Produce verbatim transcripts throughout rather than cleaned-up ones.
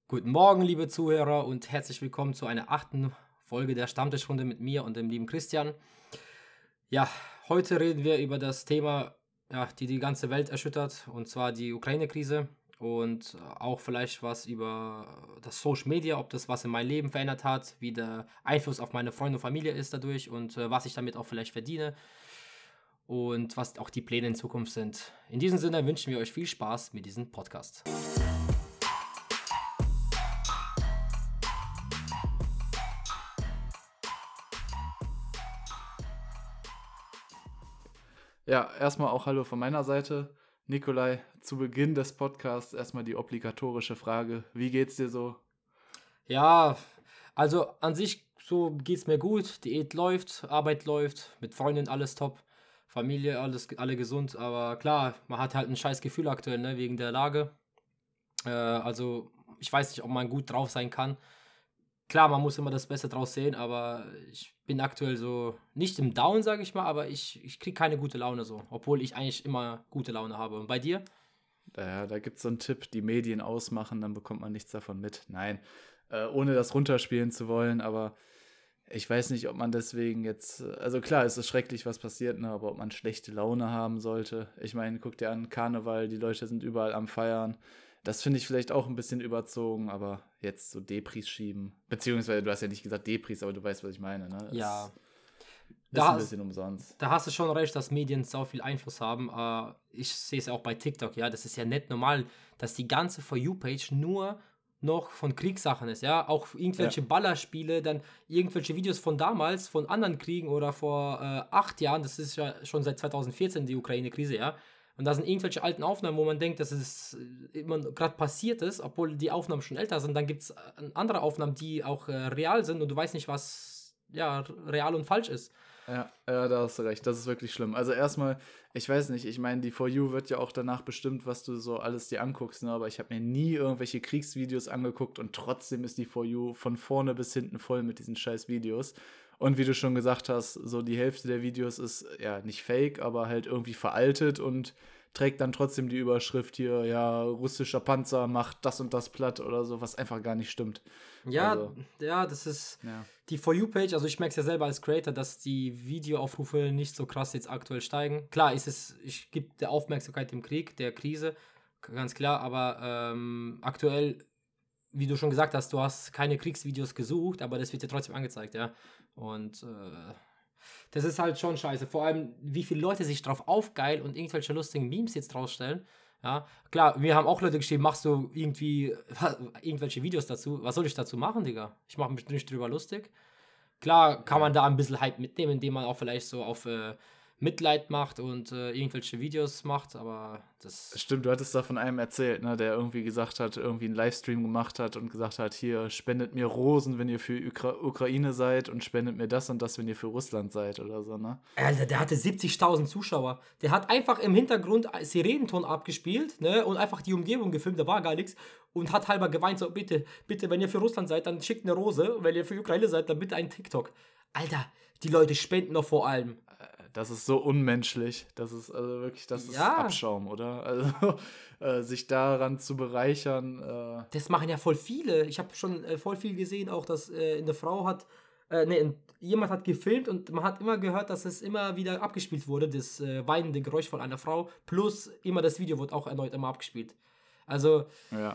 Guten Morgen, liebe Zuhörer, und herzlich willkommen zu einer achten Folge der Stammtischrunde mit mir und dem lieben Christian. Ja, heute reden wir über das Thema, ja, die die ganze Welt erschüttert, und zwar die Ukraine-Krise und auch vielleicht was über das Social Media, ob das was in meinem Leben verändert hat, wie der Einfluss auf meine Freunde und Familie ist dadurch und äh, was ich damit auch vielleicht verdiene und was auch die Pläne in Zukunft sind. In diesem Sinne wünschen wir euch viel Spaß mit diesem Podcast. Ja, erstmal auch Hallo von meiner Seite. Nikolai, zu Beginn des Podcasts erstmal die obligatorische Frage. Wie geht's dir so? Ja, also an sich so geht's mir gut. Diät läuft, Arbeit läuft, mit Freundin alles top, Familie alles alle gesund. Aber klar, man hat halt ein scheiß Gefühl aktuell, ne, wegen der Lage. Äh, also ich weiß nicht, ob man gut drauf sein kann. Klar, man muss immer das Beste draus sehen, aber ich bin aktuell so nicht im Down, sage ich mal, aber ich, ich kriege keine gute Laune so, obwohl ich eigentlich immer gute Laune habe. Und bei dir? Ja, da gibt's so einen Tipp, die Medien ausmachen, dann bekommt man nichts davon mit. Nein, äh, ohne das runterspielen zu wollen, aber ich weiß nicht, ob man deswegen jetzt, also klar, es ist schrecklich, was passiert, ne, aber ob man schlechte Laune haben sollte. Ich meine, guck dir an, Karneval, die Leute sind überall am Feiern. Das finde ich vielleicht auch ein bisschen überzogen, aber jetzt so Depris schieben, beziehungsweise du hast ja nicht gesagt Depris, aber du weißt, was ich meine, ne? Ja, Es ist da ein hast, bisschen umsonst. da hast du schon recht, dass Medien sau viel Einfluss haben. Äh, ich sehe es auch bei TikTok, ja, das ist ja nicht normal, dass die ganze For You-Page nur noch von Kriegssachen ist, ja, auch Ja, irgendwelche Ballerspiele, dann irgendwelche Videos von damals, von anderen Kriegen oder vor äh, acht Jahren, das ist ja schon seit zwanzig vierzehn die Ukraine-Krise, ja, und da sind irgendwelche alten Aufnahmen, wo man denkt, dass es äh, immer gerade passiert ist, obwohl die Aufnahmen schon älter sind, dann gibt es andere Aufnahmen, die auch äh, real sind und du weißt nicht, was, ja, real und falsch ist. ja, ja, da hast du recht. Das ist wirklich schlimm. Also erstmal, ich weiß nicht, ich meine, die For You wird ja auch danach bestimmt, was du so alles dir anguckst, ne? Aber ich habe mir nie irgendwelche Kriegsvideos angeguckt und trotzdem ist die For You von vorne bis hinten voll mit diesen scheiß Videos. Und wie du schon gesagt hast, so die Hälfte der Videos ist ja nicht fake, aber halt irgendwie veraltet und trägt dann trotzdem die Überschrift hier, ja, russischer Panzer macht das und das platt oder so, was einfach gar nicht stimmt. Ja, Also, ja, das ist ja. die For You-Page, also ich merke es ja selber als Creator, dass die Videoaufrufe nicht so krass jetzt aktuell steigen. Klar, ist es, ich gebe der Aufmerksamkeit dem Krieg, der Krise, ganz klar, aber ähm, aktuell, wie du schon gesagt hast, du hast keine Kriegsvideos gesucht, aber das wird dir trotzdem angezeigt, ja. Und äh, das ist halt schon scheiße. Vor allem, wie viele Leute sich drauf aufgeilen und irgendwelche lustigen Memes jetzt drausstellen. Ja, klar, wir haben auch Leute geschrieben, machst du irgendwie irgendwelche Videos dazu? Was soll ich dazu machen, Digga? Ich mache mich nicht drüber lustig. Klar kann man Ja. da ein bisschen Hype mitnehmen, indem man auch vielleicht so auf äh, Mitleid macht und äh, irgendwelche Videos macht, aber das. Stimmt, du hattest da von einem erzählt, ne, der irgendwie gesagt hat, irgendwie einen Livestream gemacht hat und gesagt hat, hier, spendet mir Rosen, wenn ihr für Ukra Ukraine seid und spendet mir das und das, wenn ihr für Russland seid oder so, ne? Alter, der hatte siebzigtausend Zuschauer. Der hat einfach im Hintergrund Sirenenton abgespielt, ne, und einfach die Umgebung gefilmt, da war gar nichts. Und hat halber geweint, so, bitte, bitte, wenn ihr für Russland seid, dann schickt eine Rose. Wenn ihr für Ukraine seid, dann bitte einen TikTok. Alter, die Leute spenden doch vor allem. Das ist so unmenschlich. Das ist also wirklich, das ist Ja, Abschaum, oder? Also, äh, sich daran zu bereichern, äh, das machen ja voll viele. Ich habe schon äh, voll viel gesehen, auch dass äh, eine Frau hat, äh, nee, ein- jemand hat gefilmt und man hat immer gehört, dass es immer wieder abgespielt wurde, das äh, weinende Geräusch von einer Frau, plus immer das Video wurde auch erneut immer abgespielt. Also, ja.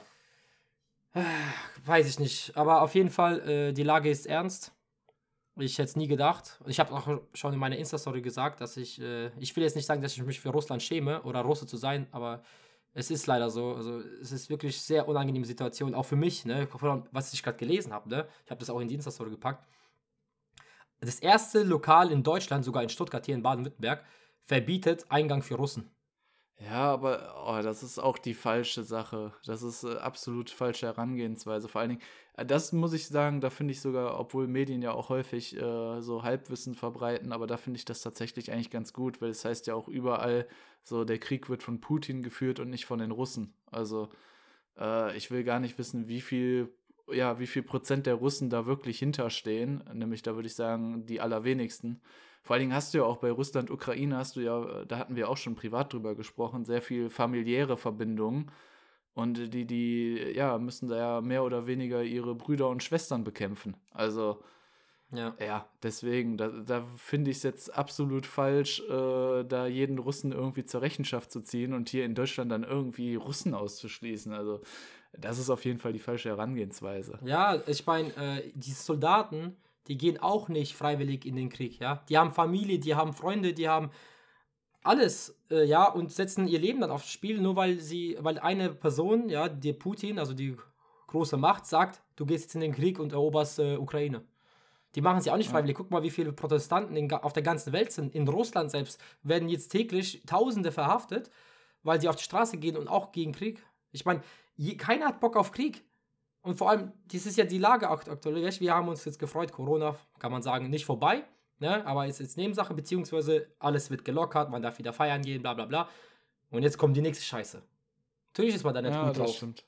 weiß ich nicht. Aber auf jeden Fall, äh, die Lage ist ernst. Ich hätte es nie gedacht. Ich habe auch schon in meiner Insta-Story gesagt, dass ich, äh, ich will jetzt nicht sagen, dass ich mich für Russland schäme oder Russe zu sein, aber es ist leider so. Also es ist wirklich sehr unangenehme Situation, auch für mich, ne? Vor allem, was ich gerade gelesen habe, ne? Ich habe das auch in die Insta-Story gepackt. Das erste Lokal in Deutschland, sogar in Stuttgart hier in Baden-Württemberg, verbietet Eingang für Russen. Ja, aber oh, das ist auch die falsche Sache. Das ist äh, absolut falsche Herangehensweise. Vor allen Dingen, äh, das muss ich sagen, da finde ich sogar, obwohl Medien ja auch häufig äh, so Halbwissen verbreiten, aber da finde ich das tatsächlich eigentlich ganz gut, weil es heißt ja auch überall, so der Krieg wird von Putin geführt und nicht von den Russen. Also äh, ich will gar nicht wissen, wie viel, ja, wie viel Prozent der Russen da wirklich hinterstehen. Nämlich, da würde ich sagen, die allerwenigsten. Vor allen Dingen hast du ja auch bei Russland, Ukraine, hast du ja, äh, da hatten wir auch schon privat drüber gesprochen, sehr viel familiäre Verbindungen. Und die, die, ja, müssen da ja mehr oder weniger ihre Brüder und Schwestern bekämpfen. Also, Ja. ja, deswegen, da, da finde ich es jetzt absolut falsch, äh, da jeden Russen irgendwie zur Rechenschaft zu ziehen und hier in Deutschland dann irgendwie Russen auszuschließen. Also, das ist auf jeden Fall die falsche Herangehensweise. Ja, ich meine, äh, diese Soldaten, die gehen auch nicht freiwillig in den Krieg, ja. Die haben Familie, die haben Freunde, die haben alles, äh, ja, und setzen ihr Leben dann aufs Spiel, nur weil sie, weil eine Person, ja, der Putin, also die große Macht, sagt, du gehst jetzt in den Krieg und eroberst äh, Ukraine. Die machen sie auch nicht Ja. freiwillig. Guck mal, wie viele Protestanten in, ga- auf der ganzen Welt sind. In Russland selbst werden jetzt täglich Tausende verhaftet, weil sie auf die Straße gehen und auch gegen Krieg. Ich meine, je- keiner hat Bock auf Krieg. Und vor allem, das ist ja die Lage akt- aktuell. Weißt, wir haben uns jetzt gefreut, Corona, kann man sagen, nicht vorbei, ne? Aber ist jetzt Nebensache, beziehungsweise alles wird gelockert, man darf wieder feiern gehen, bla bla bla. Und jetzt kommt die nächste Scheiße. Natürlich ist man da nicht Ja, gut das drauf. stimmt.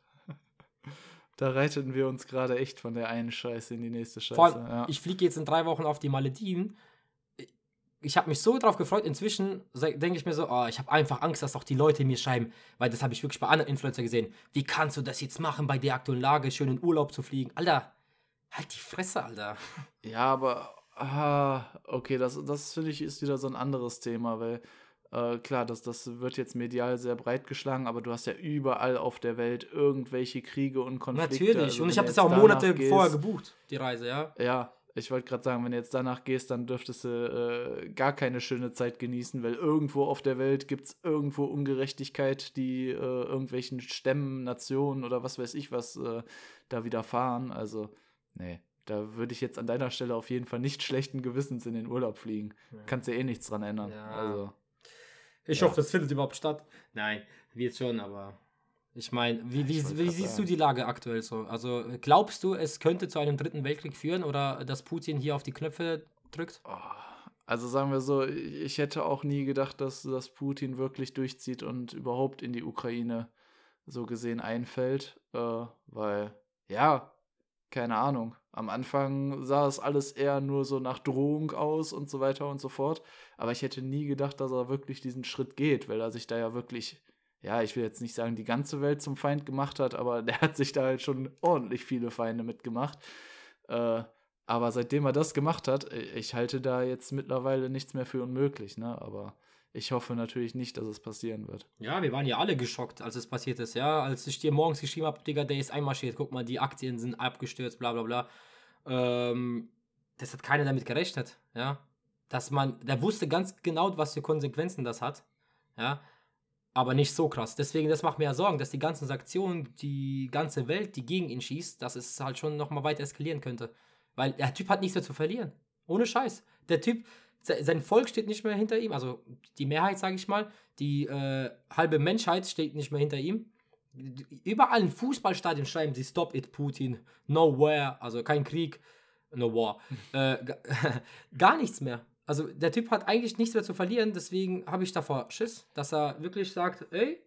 Da reiteten wir uns gerade echt von der einen Scheiße in die nächste Scheiße. Vor allem, ja. ich fliege jetzt in drei Wochen auf die Malediven. Ich habe mich so drauf gefreut. Inzwischen denke ich mir so, oh, ich habe einfach Angst, dass auch die Leute mir schreiben, weil das habe ich wirklich bei anderen Influencer gesehen. Wie kannst du das jetzt machen, bei der aktuellen Lage schön in Urlaub zu fliegen? Alter, halt die Fresse, Alter. Ja, aber ah, okay, das, das finde ich ist wieder so ein anderes Thema, weil äh, klar, das, das wird jetzt medial sehr breit geschlagen, aber du hast ja überall auf der Welt irgendwelche Kriege und Konflikte. Natürlich. Also, Und ich wenn habe du das auch jetzt Monate danach gehst- vorher gebucht, die Reise, ja. Ja, ich wollte gerade sagen, wenn du jetzt danach gehst, dann dürftest du äh, gar keine schöne Zeit genießen, weil irgendwo auf der Welt gibt es irgendwo Ungerechtigkeit, die äh, irgendwelchen Stämmen, Nationen oder was weiß ich was äh, da widerfahren. Also, nee, da würde ich jetzt an deiner Stelle auf jeden Fall nicht schlechten Gewissens in den Urlaub fliegen. Ja. Kannst ja eh nichts dran ändern. Ja. Also, Ich Ja. hoffe, das findet überhaupt statt. Nein, wird schon, aber ich meine, wie, wie, Ich wollte wie grad siehst sagen. du die Lage aktuell so? Also glaubst du, es könnte zu einem dritten Weltkrieg führen oder dass Putin hier auf die Knöpfe drückt? oh, also sagen wir so, ich hätte auch nie gedacht, dass, dass Putin wirklich durchzieht und überhaupt in die Ukraine so gesehen einfällt, äh, weil, ja, keine Ahnung. Am Anfang sah es alles eher nur so nach Drohung aus und so weiter und so fort. Aber ich hätte nie gedacht, dass er wirklich diesen Schritt geht, weil er sich da ja wirklich, ja, ich will jetzt nicht sagen, die ganze Welt zum Feind gemacht hat, aber der hat sich da halt schon ordentlich viele Feinde mitgemacht. Äh, aber seitdem er das gemacht hat, ich halte da jetzt mittlerweile nichts mehr für unmöglich, ne? Aber ich hoffe natürlich nicht, dass es passieren wird. Ja, wir waren ja alle geschockt, als es passiert ist, ja. Als ich dir morgens geschrieben habe, Digga, der ist einmarschiert, guck mal, die Aktien sind abgestürzt, bla bla bla. Ähm, das hat keiner damit gerechnet, ja. Dass man, der wusste ganz genau, was für Konsequenzen das hat, ja. Aber nicht so krass. Deswegen, das macht mir ja Sorgen, dass die ganzen Sanktionen, die ganze Welt, die gegen ihn schießt, dass es halt schon nochmal weiter eskalieren könnte. Weil der Typ hat nichts mehr zu verlieren. Ohne Scheiß. Der Typ, se- sein Volk steht nicht mehr hinter ihm, also die Mehrheit, sage ich mal, die äh, halbe Menschheit steht nicht mehr hinter ihm. Überall in Fußballstadien schreiben sie Stop it, Putin, no war, also kein Krieg, no war. äh, ga- gar nichts mehr. Also der Typ hat eigentlich nichts mehr zu verlieren, deswegen habe ich davor Schiss, dass er wirklich sagt, ey,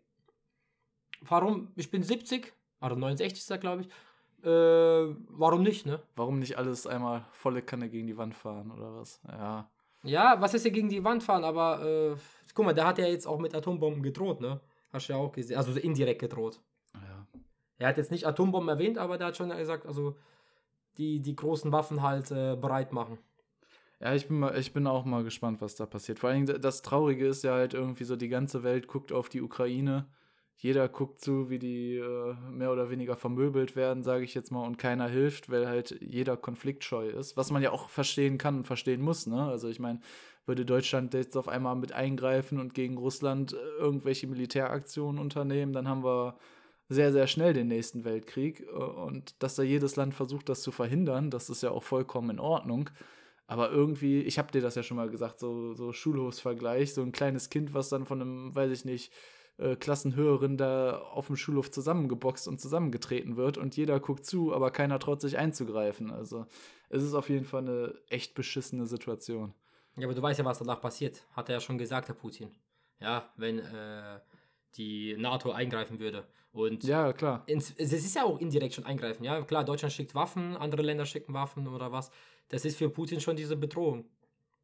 warum, ich bin siebzig, oder neunundsechzig ist er, glaube ich, äh, warum nicht, ne? Warum nicht alles einmal volle Kanne gegen die Wand fahren oder was? Ja. Ja, was ist ja gegen die Wand fahren, aber äh, guck mal, der hat ja jetzt auch mit Atombomben gedroht, ne? Hast du ja auch gesehen, also so indirekt gedroht. ja. Er hat jetzt nicht Atombomben erwähnt, aber der hat schon gesagt, also die, die großen Waffen halt äh, bereit machen. Ja, ich bin, mal, ich bin auch mal gespannt, was da passiert. Vor allem das Traurige ist ja halt irgendwie so, die ganze Welt guckt auf die Ukraine. Jeder guckt zu, wie die äh, mehr oder weniger vermöbelt werden, sage ich jetzt mal, und keiner hilft, weil halt jeder konfliktscheu ist. Was man ja auch verstehen kann und verstehen muss, ne? Also ich meine, würde Deutschland jetzt auf einmal mit eingreifen und gegen Russland äh, irgendwelche Militäraktionen unternehmen, dann haben wir sehr, sehr schnell den nächsten Weltkrieg. Äh, Und dass da jedes Land versucht, das zu verhindern, das ist ja auch vollkommen in Ordnung. Aber irgendwie, ich habe dir das ja schon mal gesagt, so, so Schulhofsvergleich, so ein kleines Kind, was dann von einem, weiß ich nicht, äh, Klassenhöheren da auf dem Schulhof zusammengeboxt und zusammengetreten wird und jeder guckt zu, aber keiner traut sich einzugreifen. Also es ist auf jeden Fall eine echt beschissene Situation. Ja, aber du weißt ja, was danach passiert. Hat er ja schon gesagt, Herr Putin. Ja, wenn äh, die NATO eingreifen würde. Und Ja, klar. ins, es ist ja auch indirekt schon eingreifen. Ja, klar, Deutschland schickt Waffen, andere Länder schicken Waffen oder was. Das ist für Putin schon diese Bedrohung.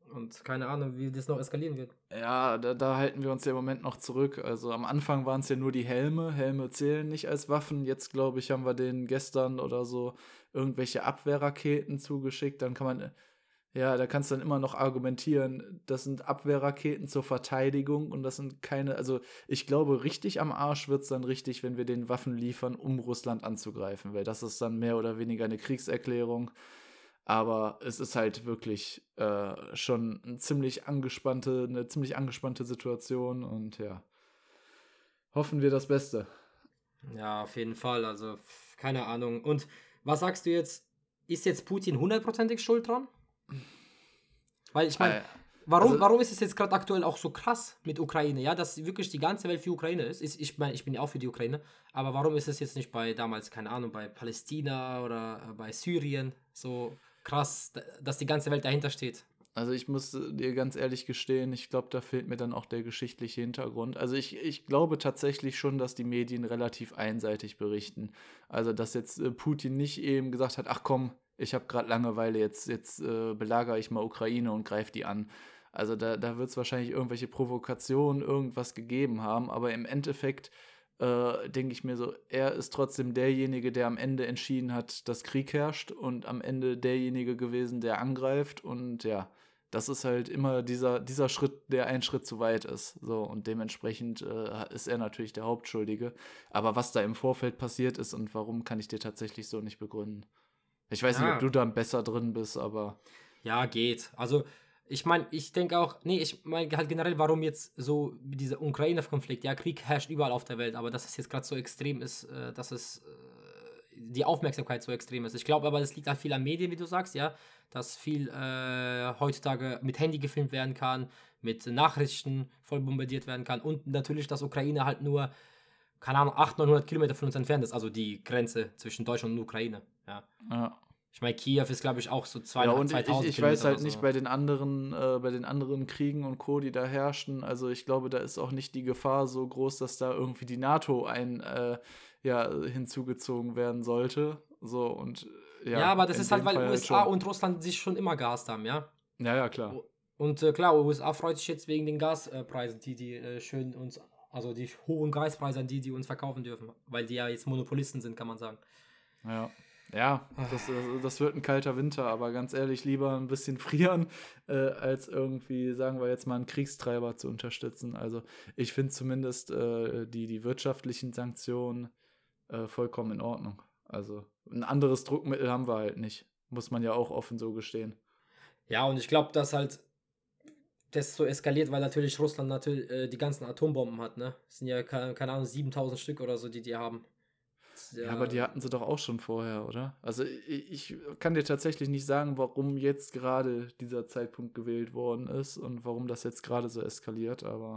Und keine Ahnung, wie das noch eskalieren wird. Ja, da, da halten wir uns ja im Moment noch zurück. Also am Anfang waren es ja nur die Helme. Helme zählen nicht als Waffen. Jetzt, glaube ich, haben wir denen gestern oder so irgendwelche Abwehrraketen zugeschickt. Dann kann man, ja, da kannst du dann immer noch argumentieren, das sind Abwehrraketen zur Verteidigung und das sind keine, also ich glaube, richtig am Arsch wird es dann richtig, wenn wir den Waffen liefern, um Russland anzugreifen, weil das ist dann mehr oder weniger eine Kriegserklärung. Aber es ist halt wirklich äh, schon ein ziemlich angespannte, eine ziemlich angespannte Situation und ja, hoffen wir das Beste. Ja, auf jeden Fall. Also, keine Ahnung. Und was sagst du jetzt? Ist jetzt Putin hundertprozentig schuld dran? Weil ich meine, Äh, warum, also- warum ist es jetzt gerade aktuell auch so krass mit Ukraine? Ja, dass wirklich die ganze Welt für Ukraine ist. ist ich meine, ich bin ja auch für die Ukraine. Aber warum ist es jetzt nicht bei damals, keine Ahnung, bei Palästina oder äh, bei Syrien so krass, da- dass die ganze Welt dahinter steht? Also ich muss dir ganz ehrlich gestehen, ich glaube, da fehlt mir dann auch der geschichtliche Hintergrund. Also ich, ich glaube tatsächlich schon, dass die Medien relativ einseitig berichten. Also dass jetzt äh, Putin nicht eben gesagt hat, ach komm, ich habe gerade Langeweile, jetzt, jetzt äh, belagere ich mal Ukraine und greife die an. Also da, da wird es wahrscheinlich irgendwelche Provokationen, irgendwas gegeben haben, aber im Endeffekt äh, denke ich mir so, er ist trotzdem derjenige, der am Ende entschieden hat, dass Krieg herrscht und am Ende derjenige gewesen, der angreift und ja, das ist halt immer dieser, dieser Schritt, der ein Schritt zu weit ist. So, und dementsprechend äh, ist er natürlich der Hauptschuldige. Aber was da im Vorfeld passiert ist und warum, kann ich dir tatsächlich so nicht begründen. Ich weiß nicht, ob Ja. du da besser drin bist, aber Ja, geht. Also, ich meine, ich denke auch, nee, ich meine halt generell, warum jetzt so dieser Ukraine-Konflikt, ja, Krieg herrscht überall auf der Welt, aber dass es jetzt gerade so extrem ist, äh, dass es äh, die Aufmerksamkeit so extrem ist. Ich glaube aber, das liegt halt viel an Medien, wie du sagst, ja, dass viel äh, heutzutage mit Handy gefilmt werden kann, mit Nachrichten voll bombardiert werden kann und natürlich, dass Ukraine halt nur, keine Ahnung, achthundert, neunhundert Kilometer von uns entfernt ist, also die Grenze zwischen Deutschland und Ukraine, ja. ja. Ich meine, Kiew ist, glaube ich, auch so Ja, zweitausend, und ich, zweitausend ich Kilometer weiß halt oder nicht so. bei den anderen, äh, bei den anderen Kriegen und Co., die da herrschen. Also ich glaube, da ist auch nicht die Gefahr so groß, dass da irgendwie die NATO ein äh, ja, hinzugezogen werden sollte. So und äh, Ja, ja, aber das in ist halt, dem weil Fall halt U S A schon. und Russland sich schon immer gehasst haben, ja. Ja, ja, klar. O- Und äh, klar, U S A freut sich jetzt wegen den Gaspreisen, die die äh, schön uns, also die hohen Gaspreise, an die die uns verkaufen dürfen, weil die ja jetzt Monopolisten sind, kann man sagen. Ja. Ja, das, das- das wird ein kalter Winter, aber ganz ehrlich, lieber ein bisschen frieren, äh, als irgendwie, sagen wir jetzt mal, einen Kriegstreiber zu unterstützen. Also ich finde zumindest äh, die, die wirtschaftlichen Sanktionen äh, vollkommen in Ordnung. Also ein anderes Druckmittel haben wir halt nicht. Muss man ja auch offen so gestehen. Ja, und ich glaube, dass halt das so eskaliert, weil natürlich Russland natürlich äh, die ganzen Atombomben hat, ne? Das sind ja, keine, keine Ahnung, siebentausend Stück oder so, die die haben. Das ist Ja, aber ja, die hatten sie doch auch schon vorher, oder? Also ich, ich kann dir tatsächlich nicht sagen, warum jetzt gerade dieser Zeitpunkt gewählt worden ist und warum das jetzt gerade so eskaliert, aber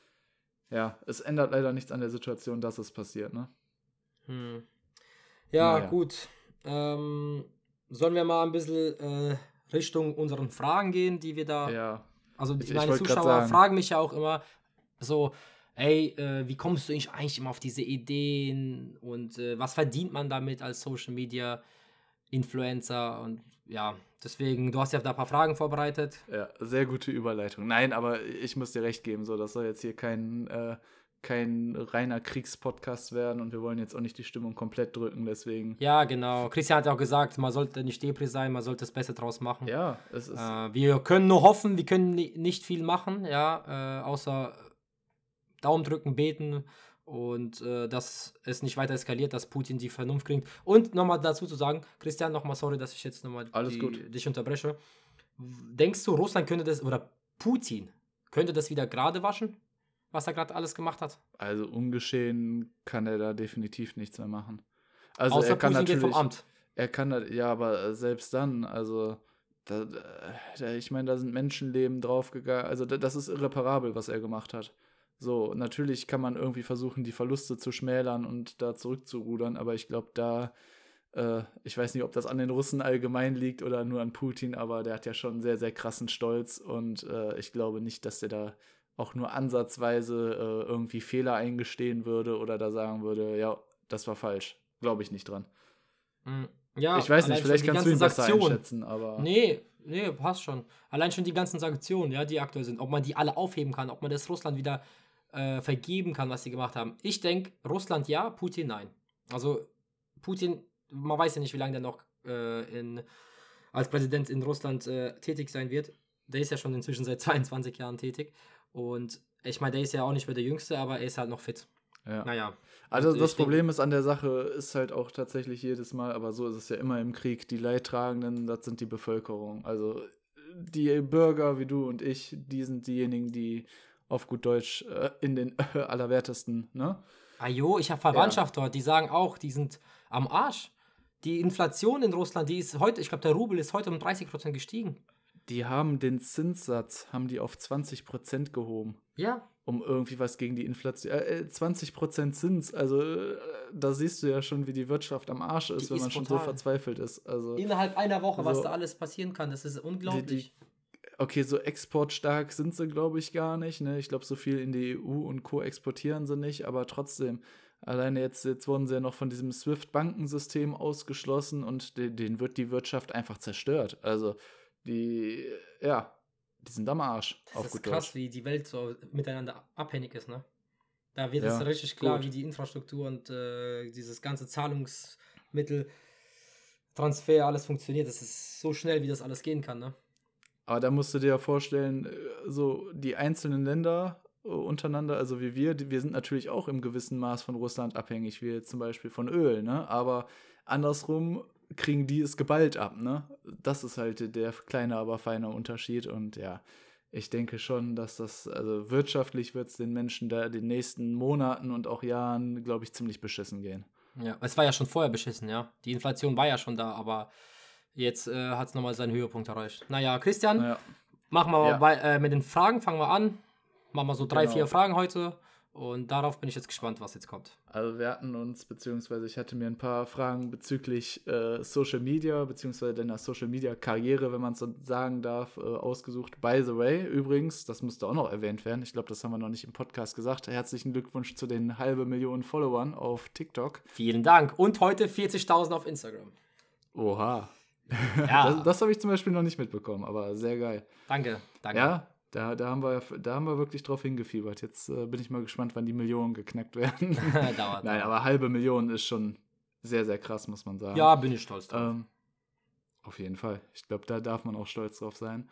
ja, es ändert leider nichts an der Situation, dass es passiert, ne? hm. Ja, Naja. gut. Ähm, sollen wir mal ein bisschen äh, Richtung unseren Fragen gehen, die wir da. Ja, Also ich, die, ich meine wollte gerade Zuschauer sagen, fragen mich ja auch immer so, ey, äh, wie kommst du eigentlich, eigentlich immer auf diese Ideen und äh, was verdient man damit als Social Media Influencer? Und ja, deswegen, du hast ja da ein paar Fragen vorbereitet. ja, sehr gute Überleitung. Nein, aber ich muss dir recht geben, so, das soll jetzt hier kein, äh, kein reiner Kriegspodcast werden und wir wollen jetzt auch nicht die Stimmung komplett drücken, deswegen. Ja, genau. Christian hat ja auch gesagt, man sollte nicht Depri sein, man sollte das Beste draus machen. Ja, es ist. Äh, wir können nur hoffen, wir können ni- nicht viel machen, ja, äh, außer Daumen drücken, beten und äh, dass es nicht weiter eskaliert, dass Putin die Vernunft kriegt. Und nochmal dazu zu sagen, Christian, nochmal sorry, dass ich jetzt nochmal Alles gut. dich unterbreche. Denkst du, Russland könnte das, oder Putin könnte das wieder gerade waschen, was er gerade alles gemacht hat? Also ungeschehen kann er da definitiv nichts mehr machen. Also Außer er kann Putin geht natürlich, vom Amt. er kann, da- ja, aber selbst dann, also da, da, ich meine, da sind Menschenleben draufgegangen. Also da, das ist irreparabel, was er gemacht hat. So, natürlich kann man irgendwie versuchen, die Verluste zu schmälern und da zurückzurudern, aber ich glaube, da, äh, ich weiß nicht, ob das an den Russen allgemein liegt oder nur an Putin, aber der hat ja schon einen sehr, sehr krassen Stolz und äh, ich glaube nicht, dass der da auch nur ansatzweise äh, irgendwie Fehler eingestehen würde oder da sagen würde, ja, das war falsch. Glaube ich nicht dran. Mm, Ja, Ich weiß nicht, allein schon vielleicht die kannst du ganzen ihn besser Sanktionen. einschätzen, aber Nee, nee, passt schon. Allein schon die ganzen Sanktionen, ja, die aktuell sind, ob man die alle aufheben kann, ob man das Russland wieder äh, vergeben kann, was sie gemacht haben. Ich denke, Russland ja, Putin nein. Also Putin, man weiß ja nicht, wie lange der noch äh, in, als Präsident in Russland äh, tätig sein wird. Der ist ja schon inzwischen seit zweiundzwanzig Jahren tätig. Und ich meine, der ist ja auch nicht mehr der Jüngste, aber er ist halt noch fit. ja. Naja. Also Und das ich denk, Problem ist an der Sache, ist halt auch tatsächlich jedes Mal, aber so ist es ja immer im Krieg, die Leidtragenden, das sind die Bevölkerung. Also die Bürger wie du und ich, die sind diejenigen, die auf gut Deutsch äh, in den äh, Allerwertesten, ne? ajo, ich habe Ja, Verwandtschaft dort, die sagen auch, die sind am Arsch. Die Inflation in Russland, die ist heute, ich glaube, der Rubel ist heute um dreißig Prozent gestiegen. die haben den Zinssatz, haben die auf zwanzig Prozent gehoben, Ja, um irgendwie was gegen die Inflation, äh, äh, zwanzig Prozent Zins, also äh, da siehst du ja schon, wie die Wirtschaft am Arsch ist, die wenn ist man schon so brutal. verzweifelt ist. Also Innerhalb einer Woche, was so, da alles passieren kann, das ist die, die unglaublich. okay, so exportstark sind sie, glaube ich, gar nicht. Ne? Ich glaube, so viel in die E U und Co. exportieren sie nicht, aber trotzdem, alleine jetzt, jetzt wurden sie ja noch von diesem SWIFT-Bankensystem ausgeschlossen und de denen wird die Wirtschaft einfach zerstört. Also, die, ja, die sind am Arsch, Das auf ist gut krass, Deutsch. wie die Welt so miteinander abhängig ist, ne? Da wird es Ja, richtig klar, wie gut. die Infrastruktur und äh, dieses ganze Zahlungsmittel, Transfer, alles funktioniert. Das ist so schnell, wie das alles gehen kann, ne? Aber da musst du dir ja vorstellen, äh, so die einzelnen Länder äh, untereinander, also wie wir, die, wir sind natürlich auch im gewissen Maß von Russland abhängig, wie jetzt zum Beispiel von Öl, ne? Aber andersrum kriegen die es geballt ab, ne? Das ist halt der kleine, aber feine Unterschied. Und ja, ich denke schon, dass das, also wirtschaftlich wird es den Menschen da den nächsten Monaten und auch Jahren, glaube ich, ziemlich beschissen gehen. Ja, es war ja schon vorher beschissen, ja. Die Inflation war ja schon da, aber jetzt äh, hat es nochmal seinen Höhepunkt erreicht. Naja, Christian, Naja, machen wir mal ja, bei, äh, mit den Fragen, fangen wir an. Machen wir so drei, vier genau. Fragen heute und darauf bin ich jetzt gespannt, was jetzt kommt. Also wir hatten uns, beziehungsweise ich hatte mir ein paar Fragen bezüglich äh, Social Media, beziehungsweise deiner Social Media Karriere, wenn man es so sagen darf, äh, ausgesucht. By the way, übrigens, das müsste auch noch erwähnt werden, ich glaube, das haben wir noch nicht im Podcast gesagt, herzlichen Glückwunsch zu den halbe Millionen Followern auf TikTok. Vielen Dank. Und heute vierzigtausend auf Instagram. Oha. Das, Ja, das habe ich zum Beispiel noch nicht mitbekommen, aber sehr geil. danke, danke. Ja, da, da, haben wir, da haben wir wirklich drauf hingefiebert. Jetzt äh, bin ich mal gespannt, wann die Millionen geknackt werden. Dauert, Nein, dauert. aber halbe Million ist schon sehr, sehr krass, muss man sagen. Ja, bin ich stolz drauf. Ähm, auf jeden Fall. Ich glaube, da darf man auch stolz drauf sein.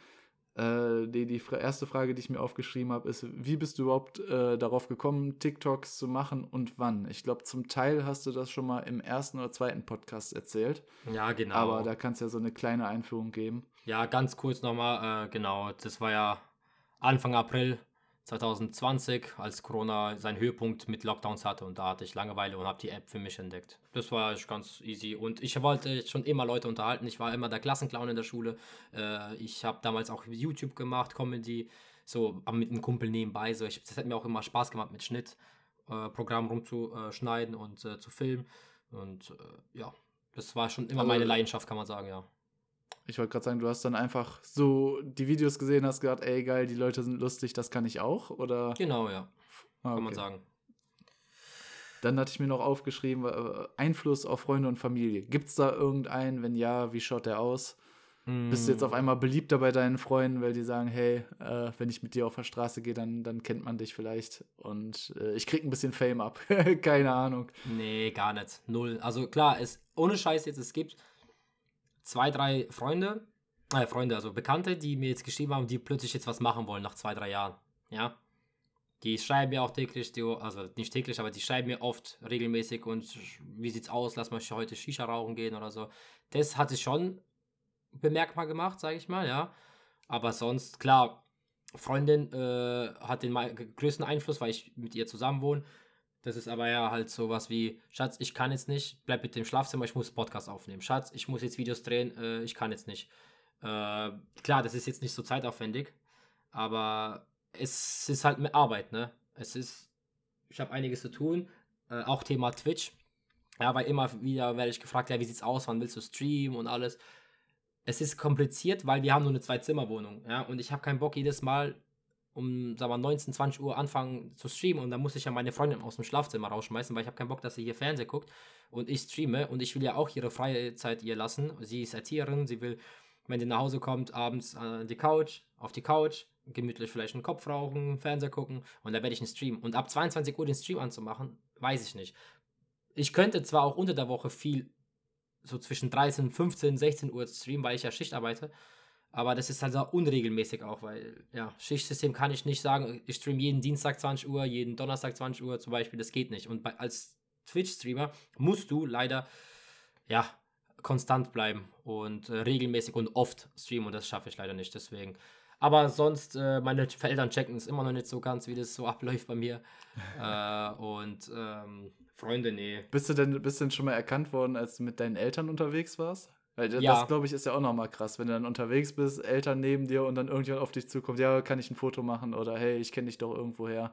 Äh, die die fra- erste Frage, die ich mir aufgeschrieben habe, ist, wie bist du überhaupt äh, darauf gekommen, TikToks zu machen und wann? Ich glaube, zum Teil hast du das schon mal im ersten oder zweiten Podcast erzählt, Ja, genau. aber da kannst du ja so eine kleine Einführung geben. Ja, ganz kurz nochmal, äh, genau, das war ja Anfang April zwanzig zwanzig, als Corona seinen Höhepunkt mit Lockdowns hatte und da hatte ich Langeweile und habe die App für mich entdeckt. Das war echt ganz easy und ich wollte schon immer Leute unterhalten. Ich war immer der Klassenclown in der Schule. Äh, ich habe damals auch YouTube gemacht, Comedy, so aber mit einem Kumpel nebenbei. So. Ich, das hat mir auch immer Spaß gemacht, mit Schnitt, äh, Programm rumzuschneiden und äh, zu filmen. Und äh, ja, das war schon immer Also, meine Leidenschaft, kann man sagen, ja. ich wollte gerade sagen, du hast dann einfach so die Videos gesehen, hast gedacht, ey geil, die Leute sind lustig, das kann ich auch, oder? Genau, ja, Ah, kann man okay. sagen. Dann hatte ich mir noch aufgeschrieben, äh, Einfluss auf Freunde und Familie. Gibt es da irgendeinen? Wenn ja, wie schaut der aus? Bist du jetzt auf Mm, einmal beliebter bei deinen Freunden, weil die sagen, hey, äh, wenn ich mit dir auf der Straße gehe, dann, dann kennt man dich vielleicht und äh, ich krieg ein bisschen Fame ab. Keine Ahnung. Nee, gar nicht. Null. Also klar, es, ohne Scheiß jetzt, es gibt zwei, drei Freunde, äh, Freunde, also Bekannte, die mir jetzt geschrieben haben, die plötzlich jetzt was machen wollen nach zwei, drei Jahren. Ja. Die schreiben mir auch täglich, die, also nicht täglich, aber die schreiben mir oft regelmäßig und wie sieht's aus, lass mal heute Shisha rauchen gehen oder so. Das hatte ich schon bemerkbar gemacht, sage ich mal, ja. Aber sonst, klar, Freundin äh, hat den mei- größten Einfluss, weil ich mit ihr zusammen wohne. Das ist aber ja halt sowas wie, Schatz, ich kann jetzt nicht, bleib bitte im Schlafzimmer, ich muss Podcast aufnehmen. Schatz, ich muss jetzt Videos drehen, äh, ich kann jetzt nicht. Äh, klar, das ist jetzt nicht so zeitaufwendig, aber es ist halt mehr Arbeit, ne? Es ist, ich habe einiges zu tun, äh, auch Thema Twitch. Ja, weil immer wieder werde ich gefragt, ja, wie sieht's aus, wann willst du streamen und alles. Es ist kompliziert, weil wir haben nur eine Zwei-Zimmer-Wohnung, ja, und ich habe keinen Bock jedes Mal um, sagen wir, neunzehn, zwanzig Uhr anfangen zu streamen und dann muss ich ja meine Freundin aus dem Schlafzimmer rausschmeißen, weil ich habe keinen Bock, dass sie hier Fernsehen guckt und ich streame und ich will ja auch ihre freie Zeit ihr lassen. Sie ist Erzieherin, sie will, wenn sie nach Hause kommt, abends an die Couch, auf die Couch, gemütlich vielleicht einen Kopf rauchen, Fernseher gucken und dann werde ich einen Stream. Und ab zweiundzwanzig Uhr den Stream anzumachen, weiß ich nicht. Ich könnte zwar auch unter der Woche viel, so zwischen dreizehn, fünfzehn, sechzehn Uhr streamen, weil ich ja Schicht arbeite, aber das ist halt so unregelmäßig auch, weil, ja, Schichtsystem kann ich nicht sagen, ich streame jeden Dienstag zwanzig Uhr, jeden Donnerstag zwanzig Uhr zum Beispiel, das geht nicht. Und bei, als Twitch-Streamer musst du leider, ja, konstant bleiben und äh, regelmäßig und oft streamen und das schaffe ich leider nicht, deswegen. Aber sonst, äh, meine Eltern checken es immer noch nicht so ganz, wie das so abläuft bei mir. äh, und ähm, Freunde, nee. Bist du denn, bist du denn schon mal erkannt worden, als du mit deinen Eltern unterwegs warst? Weil das, Ja. glaube ich, ist ja auch nochmal krass, wenn du dann unterwegs bist, Eltern neben dir und dann irgendjemand auf dich zukommt, ja, kann ich ein Foto machen oder hey, ich kenne dich doch irgendwo her.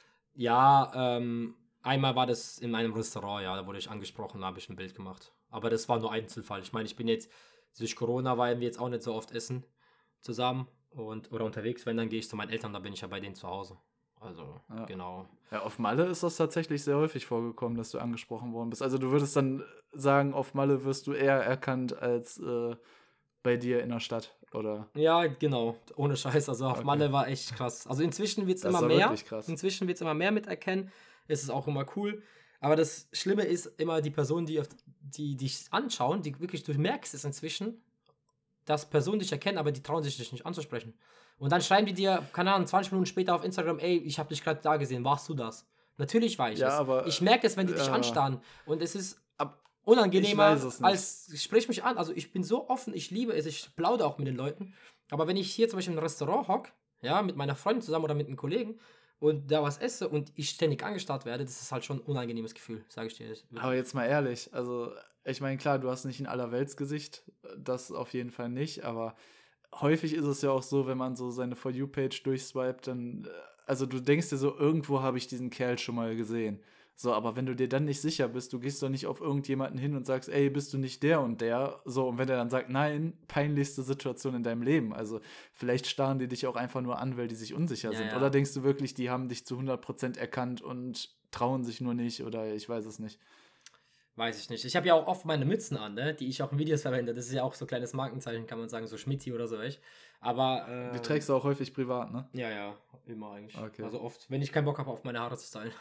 Ja, ähm, einmal war das in einem Restaurant, ja, da wurde ich angesprochen, da habe ich ein Bild gemacht. Aber das war nur Einzelfall. Ich meine, ich bin jetzt, durch Corona waren wir jetzt auch nicht so oft essen zusammen und oder unterwegs. Wenn, dann gehe ich zu meinen Eltern, da bin ich ja bei denen zu Hause. Also, Ja. genau. Ja, auf Malle ist das tatsächlich sehr häufig vorgekommen, dass du angesprochen worden bist. Also du würdest dann sagen, auf Malle wirst du eher erkannt als äh, bei dir in der Stadt, oder? Ja, genau. Ohne Scheiß. Also auf Okay. Malle war echt krass. Also inzwischen wird es Das immer war mehr. wirklich krass. Inzwischen wird es immer mehr mit erkennen. Es ist auch immer cool. Aber das Schlimme ist immer die Personen, die, auf, die dich anschauen, die wirklich, du merkst es inzwischen, dass Personen dich erkennen, aber die trauen sich dich nicht anzusprechen. Und dann schreiben die dir, keine Ahnung, zwanzig Minuten später auf Instagram, ey, ich habe dich gerade da gesehen, warst du das? Natürlich war ich Ja, es. aber, Ich merke es, wenn die dich ja. anstarren. Und es ist Ab- unangenehmer, Ich weiß es nicht. als sprich mich an. Also ich bin so offen, ich liebe es, ich plaudere auch mit den Leuten. Aber wenn ich hier zum Beispiel im Restaurant hocke, ja, mit meiner Freundin zusammen oder mit einem Kollegen und da was esse und ich ständig angestarrt werde, das ist halt schon ein unangenehmes Gefühl, sage ich dir. Das wirklich. Aber jetzt mal ehrlich, also ich meine, klar, du hast nicht ein Allerweltsgesicht, das auf jeden Fall nicht, aber häufig ist es ja auch so, wenn man so seine For You-Page durchswiped, dann, äh, also du denkst dir so, irgendwo habe ich diesen Kerl schon mal gesehen. So, aber wenn du dir dann nicht sicher bist, du gehst doch nicht auf irgendjemanden hin und sagst, ey, bist du nicht der und der? So, und wenn der dann sagt, nein, peinlichste Situation in deinem Leben. Also vielleicht starren die dich auch einfach nur an, weil die sich unsicher Ja, sind. ja. Oder denkst du wirklich, die haben dich zu hundert Prozent erkannt und trauen sich nur nicht oder ich weiß es nicht. Weiß ich nicht. Ich habe ja auch oft meine Mützen an, ne, die ich auch in Videos verwende. Das ist ja auch so ein kleines Markenzeichen, kann man sagen, so Schmitti oder so echt. Aber ähm, Die trägst du auch häufig privat, ne? ja, ja, immer eigentlich. Okay. Also oft, wenn ich keinen Bock habe, auf meine Haare zu stylen,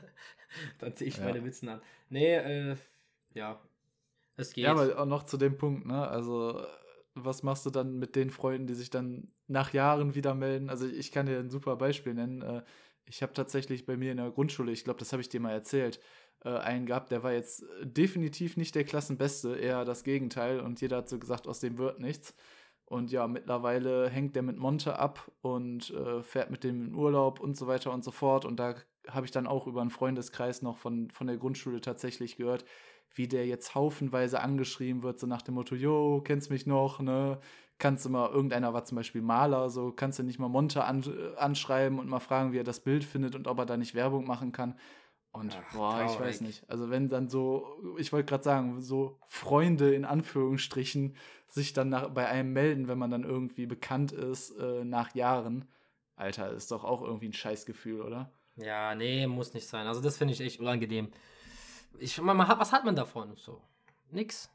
dann ziehe ich Ja. meine Mützen an. Nee, äh, ja, es geht. Ja, aber auch noch zu dem Punkt, ne? Also, äh, was machst du dann mit den Freunden, die sich dann nach Jahren wieder melden? Also, ich kann dir ein super Beispiel nennen. Äh, Ich habe tatsächlich bei mir in der Grundschule, ich glaube, das habe ich dir mal erzählt, äh, einen gehabt, der war jetzt äh, definitiv nicht der Klassenbeste, eher das Gegenteil. Und jeder hat so gesagt, aus dem wird nichts. Und ja, mittlerweile hängt der mit Monte ab und äh, fährt mit dem in Urlaub und so weiter und so fort. Und da habe ich dann auch über einen Freundeskreis noch von, von der Grundschule tatsächlich gehört, wie der jetzt haufenweise angeschrieben wird, so nach dem Motto, jo, kennst mich noch, ne? Kannst du mal, irgendeiner war zum Beispiel Maler, so kannst du nicht mal Monte an, äh, anschreiben und mal fragen, wie er das Bild findet und ob er da nicht Werbung machen kann. Und Ach, boah, ich traurig. weiß nicht. Also wenn dann so, ich wollte gerade sagen, so Freunde in Anführungsstrichen sich dann nach, bei einem melden, wenn man dann irgendwie bekannt ist, äh, nach Jahren. Alter, ist doch auch irgendwie ein Scheißgefühl, oder? Ja, nee, muss nicht sein. Also das finde ich echt unangenehm. Ich, man, man hat, was hat man davon? So, nix.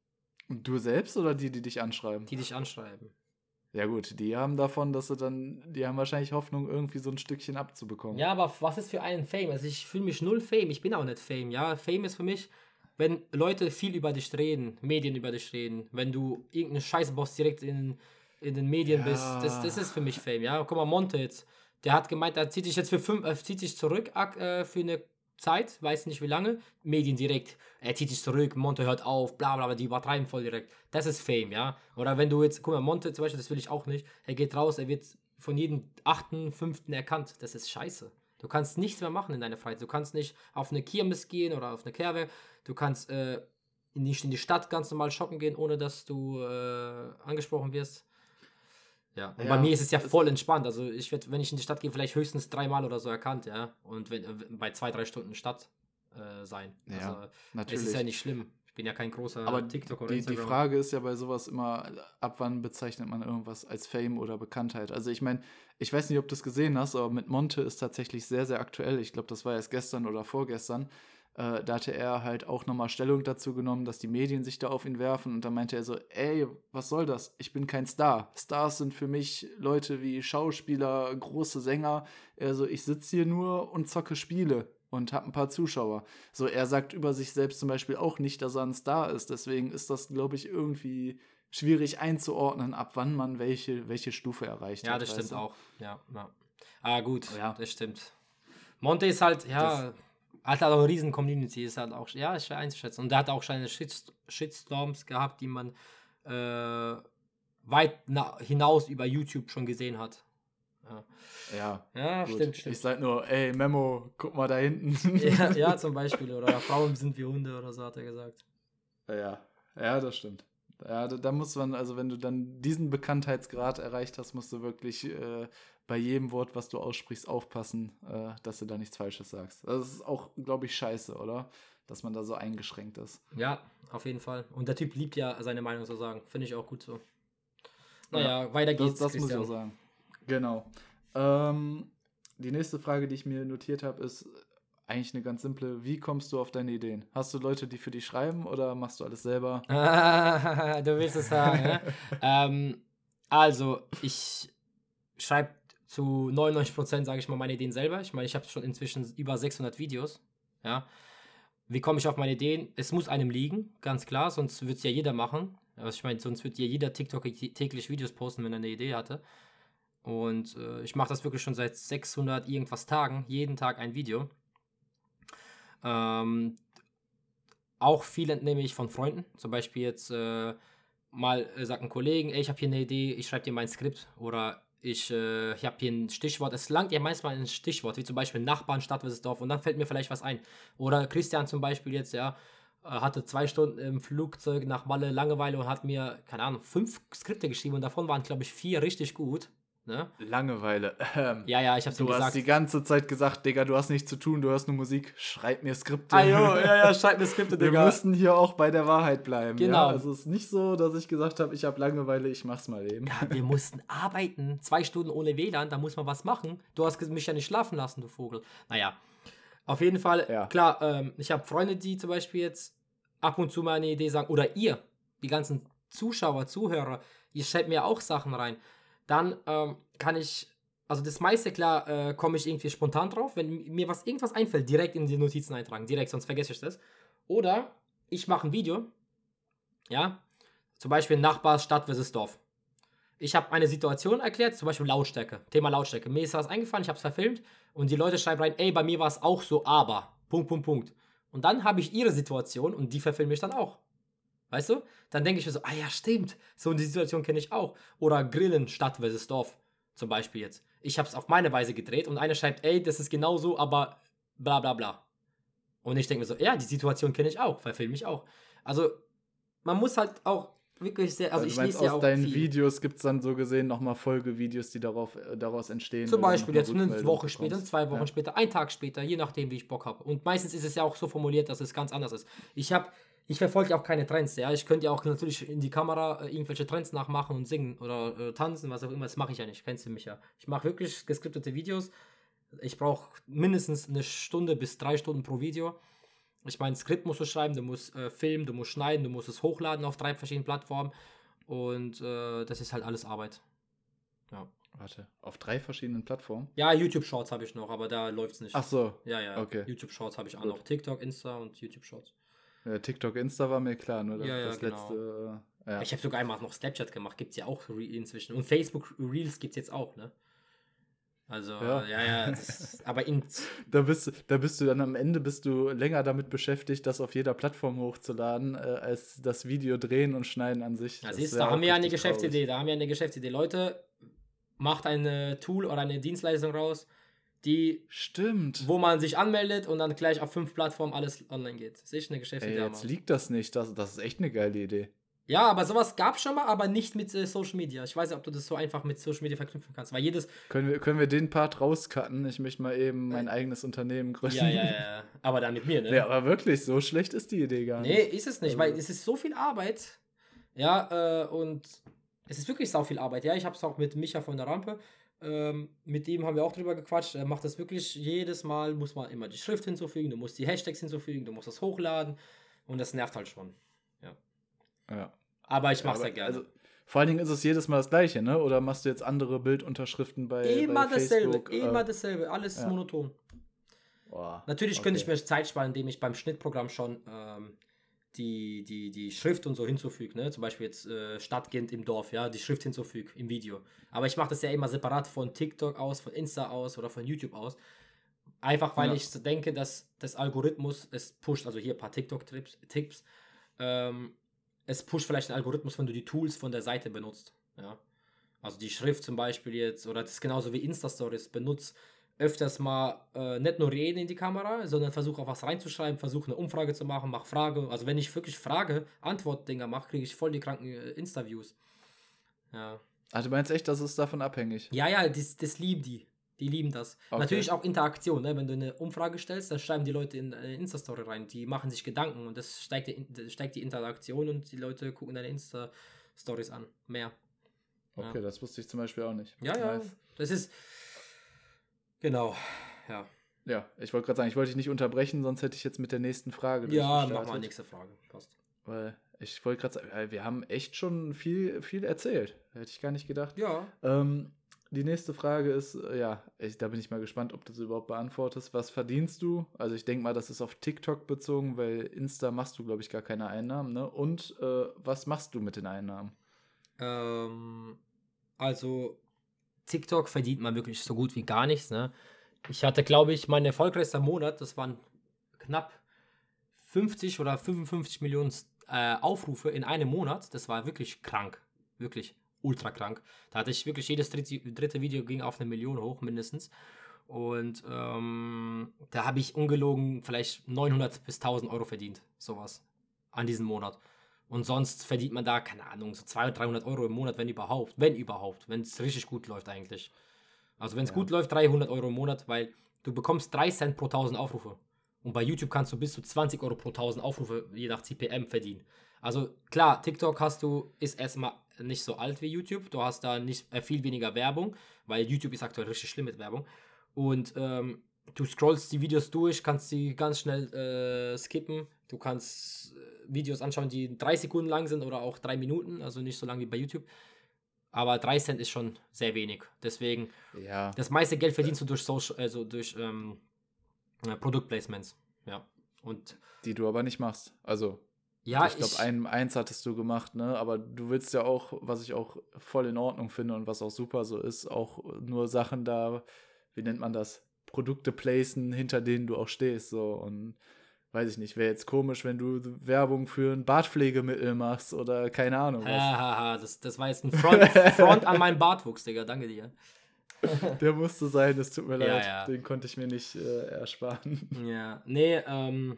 Und du selbst oder die, die dich anschreiben? Die dich anschreiben. Ja gut, die haben davon, dass sie dann, die haben wahrscheinlich Hoffnung, irgendwie so ein Stückchen abzubekommen. Ja, aber was ist für einen Fame? Also ich fühle mich null Fame. Ich bin auch nicht Fame, ja. Fame ist für mich, wenn Leute viel über dich reden, Medien über dich reden, wenn du irgendeinen Scheißboss direkt in, in den Medien Ja. bist, das, das ist für mich Fame, ja. Guck mal, Monte jetzt, der hat gemeint, er zieht sich jetzt für fünf, äh, zieht sich zurück ak- äh, für eine Zeit, weiß nicht wie lange, Medien direkt, er zieht sich zurück, Monte hört auf, bla bla bla, die übertreiben voll direkt. Das ist Fame, ja. Oder wenn du jetzt, guck mal, Monte zum Beispiel, das will ich auch nicht, er geht raus, er wird von jedem achten, fünften erkannt. Das ist scheiße. Du kannst nichts mehr machen in deiner Freizeit. Du kannst nicht auf eine Kirmes gehen oder auf eine Kerwe. Du kannst äh, nicht in die Stadt ganz normal shoppen gehen, ohne dass du äh, angesprochen wirst. Ja, und Ja, bei mir ist es ja es- voll entspannt. Also ich werde, wenn ich in die Stadt gehe, vielleicht höchstens dreimal oder so erkannt, ja. Und wenn, äh, bei zwei, drei Stunden Stadt äh, sein. Ja, Also es natürlich. ist ja nicht schlimm. Ich bin ja kein großer Aber TikTok oder die, die Instagram. Frage ist ja bei sowas immer, ab wann bezeichnet man irgendwas als Fame oder Bekanntheit? Also ich meine, ich weiß nicht, ob du es gesehen hast, aber mit Monte ist tatsächlich sehr, sehr aktuell. Ich glaube, das war erst gestern oder vorgestern. Äh, da hatte er halt auch nochmal Stellung dazu genommen, dass die Medien sich da auf ihn werfen. Und dann meinte er so, ey, was soll das? Ich bin kein Star. Stars sind für mich Leute wie Schauspieler, große Sänger. Also ich sitze hier nur und zocke Spiele und habe ein paar Zuschauer. So, er sagt über sich selbst zum Beispiel auch nicht, dass er ein Star ist. Deswegen ist das, glaube ich, irgendwie schwierig einzuordnen, ab wann man welche, welche Stufe erreicht Ja, hat. das weißt stimmt du? auch. Ja, ja. Ah, gut, Ja. das stimmt. Monte ist halt, ja, hat halt auch eine riesen Community, ist halt auch, ja, ist schwer einzuschätzen. Und der hat auch seine Shitst- Shitstorms gehabt, die man äh, weit na- hinaus über YouTube schon gesehen hat. Ja, Ja, ja gut. stimmt, stimmt. Ich sag nur, ey, Memo, guck mal da hinten. Ja, ja, zum Beispiel. Oder Frauen sind wie Hunde oder so, hat er gesagt. Ja, ja, das stimmt. Ja, da, da muss man, also wenn du dann diesen Bekanntheitsgrad erreicht hast, musst du wirklich äh, bei jedem Wort, was du aussprichst, aufpassen, äh, dass du da nichts Falsches sagst. Das ist auch, glaube ich, scheiße, oder? Dass man da so eingeschränkt ist. Ja, auf jeden Fall. Und der Typ liebt ja seine Meinung zu sagen. Finde ich auch gut so. Naja, ja, weiter geht's. Das, das muss ich auch sagen. Genau. Ähm, die nächste Frage, die ich mir notiert habe, ist eigentlich eine ganz simple. Wie kommst du auf deine Ideen? Hast du Leute, die für dich schreiben oder machst du alles selber? Du willst es sagen, ne? ähm, also, ich schreibe zu neunundneunzig Prozent, sage ich mal, meine Ideen selber. Ich meine, ich habe schon inzwischen über sechshundert Videos. Ja. Wie komme ich auf meine Ideen? Es muss einem liegen, ganz klar, sonst würde es ja jeder machen. Also ich meine, sonst würde ja jeder TikTok täglich Videos posten, wenn er eine Idee hatte. Und äh, ich mache das wirklich schon seit sechshundert irgendwas Tagen, jeden Tag ein Video. Ähm, auch viel entnehme ich von Freunden. Zum Beispiel jetzt äh, mal äh, sagt ein Kollegen, ey, ich habe hier eine Idee, ich schreibe dir mein Skript. Oder ich, äh, ich habe hier ein Stichwort. Es langt ja manchmal ein Stichwort, wie zum Beispiel Nachbarn, Stadt versus Dorf. Und dann fällt mir vielleicht was ein. Oder Christian zum Beispiel jetzt, ja, äh, hatte zwei Stunden im Flugzeug nach Malle Langeweile und hat mir, keine Ahnung, fünf Skripte geschrieben. Und davon waren, glaube ich, vier richtig gut. Ne? Langeweile. Ähm, Ja, ja, ich hab's ihm du gesagt. hast die ganze Zeit gesagt, Digga, du hast nichts zu tun, du hörst nur Musik, schreib mir Skripte. Ah, jo, ja, ja, schreib mir Skripte, Wir Digga. müssen hier auch bei der Wahrheit bleiben. Genau. Ja? Also es ist nicht so, dass ich gesagt habe, ich habe Langeweile, ich mach's mal eben. Ja, wir mussten arbeiten. Zwei Stunden ohne W L A N, da muss man was machen. Du hast mich ja nicht schlafen lassen, du Vogel. Naja, auf jeden Fall, Ja. klar, ähm, ich habe Freunde, die zum Beispiel jetzt ab und zu mal eine Idee sagen, oder ihr, die ganzen Zuschauer, Zuhörer, ihr stellt mir auch Sachen rein. Dann ähm, kann ich, also das meiste, klar, äh, komme ich irgendwie spontan drauf, wenn mir was irgendwas einfällt, direkt in die Notizen eintragen, direkt, sonst vergesse ich das. Oder ich mache ein Video, ja, zum Beispiel Nachbar, Stadt versus Dorf. Ich habe eine Situation erklärt, zum Beispiel Lautstärke, Thema Lautstärke. Mir ist was eingefallen, ich habe es verfilmt und die Leute schreiben rein, ey, bei mir war es auch so, aber, Punkt, Punkt, Punkt. Und dann habe ich ihre Situation und die verfilme ich dann auch. Weißt du? Dann denke ich mir so, ah ja, stimmt, so eine Situation kenne ich auch. Oder Grillen, Stadt versus Dorf, zum Beispiel jetzt. Ich habe es auf meine Weise gedreht und einer schreibt, ey, das ist genauso, aber bla bla bla. Und ich denke mir so, ja, die Situation kenne ich auch, verfilme ich auch. Also, man muss halt auch wirklich sehr, also du ich meinst, lese ja aus auch deinen viel. Videos gibt es dann so gesehen nochmal Folgevideos, die darauf, äh, daraus entstehen. Zum weil du Beispiel noch jetzt eine eine Rückmeldung Woche später, bekommst. zwei Wochen Ja. später, einen Tag später, je nachdem, wie ich Bock habe. Und meistens ist es ja auch so formuliert, dass es ganz anders ist. Ich habe, ich verfolge auch keine Trends, ja. Ich könnte ja auch natürlich in die Kamera äh, irgendwelche Trends nachmachen und singen oder äh, tanzen, was auch immer. Das mache ich ja nicht, kennst du mich ja. Ich mache wirklich geskriptete Videos. Ich brauche mindestens eine Stunde bis drei Stunden pro Video. Ich meine, Skript musst du schreiben, du musst äh, filmen, du musst schneiden, du musst es hochladen auf drei verschiedenen Plattformen. Und äh, das ist halt alles Arbeit. Ja. Warte, auf drei verschiedenen Plattformen? Ja, YouTube Shorts habe ich noch, aber da läuft es nicht. Ach so. Ja, ja. Okay. YouTube Shorts habe ich auch Gut. noch. TikTok, Insta und YouTube Shorts. Ja, TikTok, Insta war mir klar, nur das, Ja, ja, das genau. letzte. Äh, ja. Ich habe sogar einmal noch Snapchat gemacht, gibt es ja auch Re- inzwischen. Und Facebook Reels gibt es jetzt auch, ne? Also, Ja. ja, ja. Das, aber in, Da bist, du- da bist du dann am Ende bist du länger damit beschäftigt, das auf jeder Plattform hochzuladen, äh, als das Video drehen und schneiden an sich. das Das ist, wär da auch haben wir ja eine richtig Geschäftsidee. traurig. Da haben wir eine Geschäftsidee. Leute, macht ein äh, Tool oder eine Dienstleistung raus, die, Stimmt. wo man sich anmeldet und dann gleich auf fünf Plattformen alles online geht. Das ist eine Ey, Geschäftsidee. jetzt Mann. liegt das nicht. Das, das ist echt eine geile Idee. Ja, aber sowas gab schon mal, aber nicht mit äh, Social Media. Ich weiß nicht, ob du das so einfach mit Social Media verknüpfen kannst, weil jedes... Können wir, können wir den Part rauscutten? Ich möchte mal eben mein eigenes Unternehmen gründen. Ja, ja, ja. Aber dann mit mir, ne? Ja, aber wirklich, so schlecht ist die Idee gar nicht. Nee, ist es nicht, Also- weil es ist so viel Arbeit. Ja, äh, und es ist wirklich sau viel Arbeit. Ja, ich habe es auch mit Micha von der Rampe. Ähm, mit ihm haben wir auch drüber gequatscht. Er macht das wirklich jedes Mal, muss man immer die Schrift hinzufügen, du musst die Hashtags hinzufügen, du musst das hochladen. Und das nervt halt schon. Ja. Ja. Aber ich Ja, mach's ja aber, gerne. also, vor allen Dingen ist es jedes Mal das Gleiche, ne? Oder machst du jetzt andere Bildunterschriften bei, immer bei dasselbe, Facebook? immer äh, dasselbe, alles ja. monoton. Boah, Natürlich könnte ich okay. mir Zeit sparen, indem ich beim Schnittprogramm schon ähm, die, die, die Schrift und so hinzufüge. Ne? Zum Beispiel jetzt äh, Stadtkind im Dorf, ja, die Schrift hinzufüge im Video. Aber ich mache das ja immer separat von TikTok aus, von Insta aus oder von YouTube aus. Einfach weil Ja. ich so denke, dass das Algorithmus es pusht, also hier ein paar TikTok-Tipps, Tipps, ähm, es pusht vielleicht den Algorithmus, wenn du die Tools von der Seite benutzt. Ja? Also die Schrift zum Beispiel jetzt, oder das ist genauso wie Insta-Stories, benutzt öfters mal äh, nicht nur reden in die Kamera, sondern versuche auch was reinzuschreiben, versuche eine Umfrage zu machen, mach Frage. Also wenn ich wirklich Frage, Antwort-Dinger mache, kriege ich voll die kranken äh, Insta-Views. Ja. Ah, du meinst echt, das ist davon abhängig? Ja, ja, das, das lieben die. Die lieben das. Okay. Natürlich auch Interaktion, ne? Wenn du eine Umfrage stellst, dann schreiben die Leute in eine Insta-Story rein. Die machen sich Gedanken und das steigt die, das steigt die Interaktion und die Leute gucken deine Insta-Stories an. Mehr. Okay, Ja. das wusste ich zum Beispiel auch nicht. Ja, ja. Nice. Das ist. Genau. Ja. Ja, ich wollte gerade sagen, ich wollte dich nicht unterbrechen, sonst hätte ich jetzt mit der nächsten Frage Ja, mach durchgestartet. mal nächste Frage. Passt. Weil ich wollte gerade sagen, äh, wir haben echt schon viel, viel erzählt. Hätte ich gar nicht gedacht. Ja. Ähm, die nächste Frage ist, äh, ja, ich, da bin ich mal gespannt, ob du sie überhaupt beantwortest. Was verdienst du? Also ich denke mal, das ist auf TikTok bezogen, weil Insta machst du, glaube ich, gar keine Einnahmen, ne? Und äh, was machst du mit den Einnahmen? Ähm, also TikTok verdient man wirklich so gut wie gar nichts, ne? Ich hatte, glaube ich, mein erfolgreichster Monat, das waren knapp fünfzig oder fünfundfünfzig Millionen äh, Aufrufe in einem Monat. Das war wirklich krank. Wirklich ultra krank. Da hatte ich wirklich jedes dritte, dritte Video ging auf eine Million hoch, mindestens. Und ähm, da habe ich ungelogen vielleicht neunhundert bis tausend Euro verdient. Sowas. An diesem Monat. Und sonst verdient man da, keine Ahnung, so zweihundert, dreihundert Euro im Monat, wenn überhaupt. Wenn überhaupt. Wenn es richtig gut läuft eigentlich. Also wenn es Ja. gut läuft, dreihundert Euro im Monat, weil du bekommst drei Cent pro tausend Aufrufe. Und bei YouTube kannst du bis zu zwanzig Euro pro tausend Aufrufe, je nach C P M, verdienen. Also klar, TikTok hast du, ist erstmal nicht so alt wie YouTube. Du hast da nicht äh, viel weniger Werbung, weil YouTube ist aktuell richtig schlimm mit Werbung. Und ähm, du scrollst die Videos durch, kannst sie ganz schnell äh, skippen. Du kannst äh, Videos anschauen, die drei Sekunden lang sind oder auch drei Minuten, also nicht so lang wie bei YouTube. Aber drei Cent ist schon sehr wenig. Deswegen, Ja. das meiste Geld verdienst du durch Social, also durch ähm, äh, Produktplacements. Ja. Und Die du aber nicht machst. Also, ja, ich glaube, ein, eins hattest du gemacht, ne? Aber du willst ja auch, was ich auch voll in Ordnung finde und was auch super so ist, auch nur Sachen da, wie nennt man das? Produkte placen, hinter denen du auch stehst. So. Und weiß ich nicht, wäre jetzt komisch, wenn du Werbung für ein Bartpflegemittel machst oder keine Ahnung was. Hahaha, das, das war jetzt ein Front, Front an meinem Bartwuchs, Digga. Danke dir. Der musste sein, es tut mir Ja, leid. ja. Den konnte ich mir nicht äh, ersparen. Ja, nee, ähm,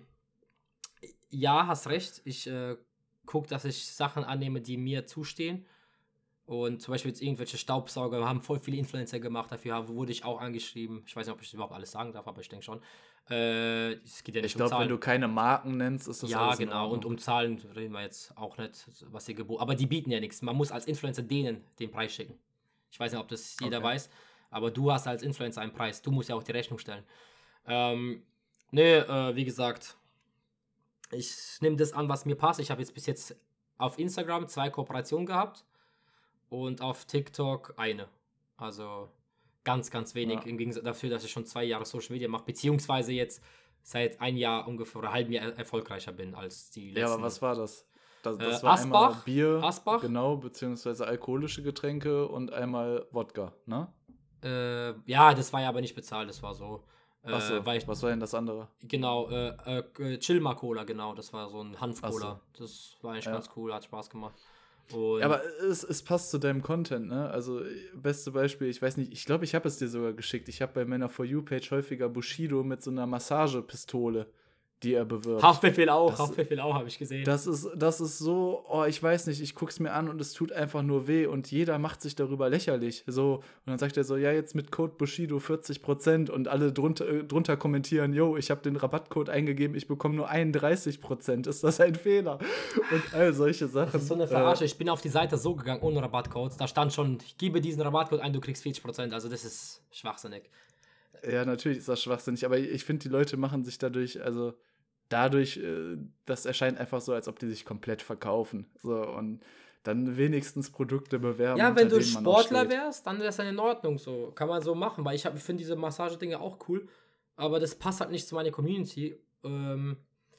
ja, hast recht. Ich äh, gucke, dass ich Sachen annehme, die mir zustehen. Und zum Beispiel jetzt irgendwelche Staubsauger haben voll viele Influencer gemacht. Dafür wurde ich auch angeschrieben. Ich weiß nicht, ob ich das überhaupt alles sagen darf, aber ich denke schon. Äh, es geht ja nicht Ich um glaube, Zahlen. wenn du keine Marken nennst, ist das Ja, alles in genau. Und Ordnung. um Zahlen reden wir jetzt auch nicht, was sie geboten. Aber die bieten ja nichts. Man muss als Influencer denen den Preis schicken. Ich weiß nicht, ob das jeder Okay. weiß, aber du hast als Influencer einen Preis. Du musst ja auch die Rechnung stellen. Ähm, nee, äh, wie gesagt, ich nehme das an, was mir passt. Ich habe jetzt bis jetzt auf Instagram zwei Kooperationen gehabt und auf TikTok eine. Also ganz, ganz wenig Ja. im Gegensatz dafür, dass ich schon zwei Jahre Social Media mache, beziehungsweise jetzt seit ein Jahr ungefähr oder halben Jahr erfolgreicher bin als die letzten. Ja, aber was war das? Das, das Äh, war Asbach, einmal Bier, Asbach. genau, beziehungsweise alkoholische Getränke und einmal Wodka, ne? Äh, ja, das war ja aber nicht bezahlt, das war so. Äh, Achso, weil ich, was war denn das andere? genau, äh, äh, Chilma Cola, genau, das war so ein Hanf-Cola. Das war eigentlich Ja. ganz cool, hat Spaß gemacht. Und Ja, aber es, es passt zu deinem Content, ne? Also, beste Beispiel, ich weiß nicht, ich glaube, ich habe es dir sogar geschickt. Ich habe bei meiner For You-Page häufiger Bushido mit so einer Massagepistole. die er bewirbt. Haftbefehl auch, das, Haftbefehl auch, habe ich gesehen. Das ist, das ist so, oh, ich weiß nicht, ich guck's mir an und es tut einfach nur weh und jeder macht sich darüber lächerlich. So, und dann sagt er so, ja, jetzt mit Code Bushido vierzig Prozent und alle drunter, äh, drunter kommentieren, yo, ich habe den Rabattcode eingegeben, ich bekomme nur einunddreißig Prozent. Ist das ein Fehler? Und all solche Sachen. Das ist so eine Verarsche. Äh, ich bin auf die Seite so gegangen, ohne Rabattcodes. Da stand schon, ich gebe diesen Rabattcode ein, du kriegst vierzig Prozent. Also das ist schwachsinnig. Ja, natürlich ist das schwachsinnig, aber ich finde, die Leute machen sich dadurch, also dadurch, das erscheint einfach so, als ob die sich komplett verkaufen. So, und dann wenigstens Produkte bewerben. Ja, wenn du Sportler wärst, dann wäre es dann in Ordnung. So. Kann man so machen, weil ich, ich finde diese Massagedinge auch cool, aber das passt halt nicht zu meiner Community. Ähm,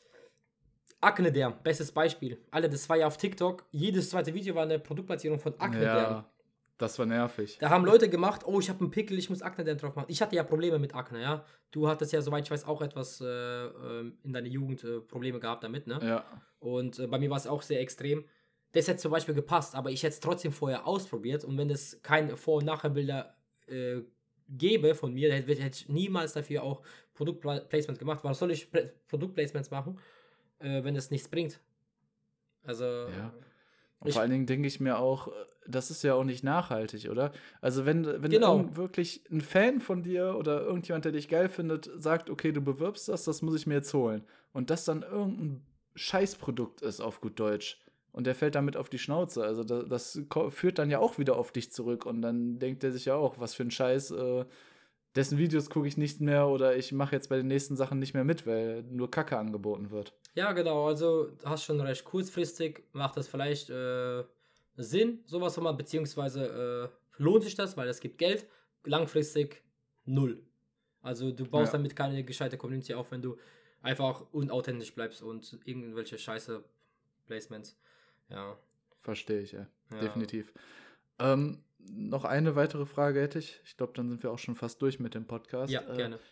Acne-Derm, bestes Beispiel. Alter, das war ja auf TikTok, jedes zweite Video war eine Produktplatzierung von Acne-Derm. Ja, das war nervig. Da haben Leute gemacht, oh, ich habe einen Pickel, ich muss Acne-Derm drauf machen. Ich hatte ja Probleme mit Akne, ja. Du hattest ja, soweit ich weiß, auch etwas äh, in deiner Jugend äh, Probleme gehabt damit, ne? Ja. Und äh, bei mir war es auch sehr extrem. Das hätte zum Beispiel gepasst, aber ich hätte es trotzdem vorher ausprobiert und wenn es keine Vor- und Nachherbilder äh, gäbe von mir, hätte, hätte ich niemals dafür auch Produktplacements gemacht. Warum soll ich Pl- Produktplacements machen, äh, wenn es nichts bringt? Also... Ja. Und vor allen Dingen denke ich mir auch, das ist ja auch nicht nachhaltig, oder? Also wenn, wenn genau. wirklich ein Fan von dir oder irgendjemand, der dich geil findet, sagt, okay, du bewirbst das, das muss ich mir jetzt holen. Und das dann irgendein Scheißprodukt ist, auf gut Deutsch. Und der fällt damit auf die Schnauze. Also das, das führt dann ja auch wieder auf dich zurück. Und dann denkt er sich ja auch, was für ein Scheiß, äh, dessen Videos gucke ich nicht mehr oder ich mache jetzt bei den nächsten Sachen nicht mehr mit, weil nur Kacke angeboten wird. Ja, genau, also hast schon recht, kurzfristig macht das vielleicht äh, Sinn, sowas zu machen, beziehungsweise äh, lohnt sich das, weil es gibt Geld, langfristig null. Also du baust ja. damit keine gescheite Community auf, wenn du einfach unauthentisch bleibst und irgendwelche scheiße Placements, ja. Verstehe ich, ja, ja. Definitiv. Ähm, noch eine weitere Frage hätte ich, ich glaube, dann sind wir auch schon fast durch mit dem Podcast. Ja, äh, gerne.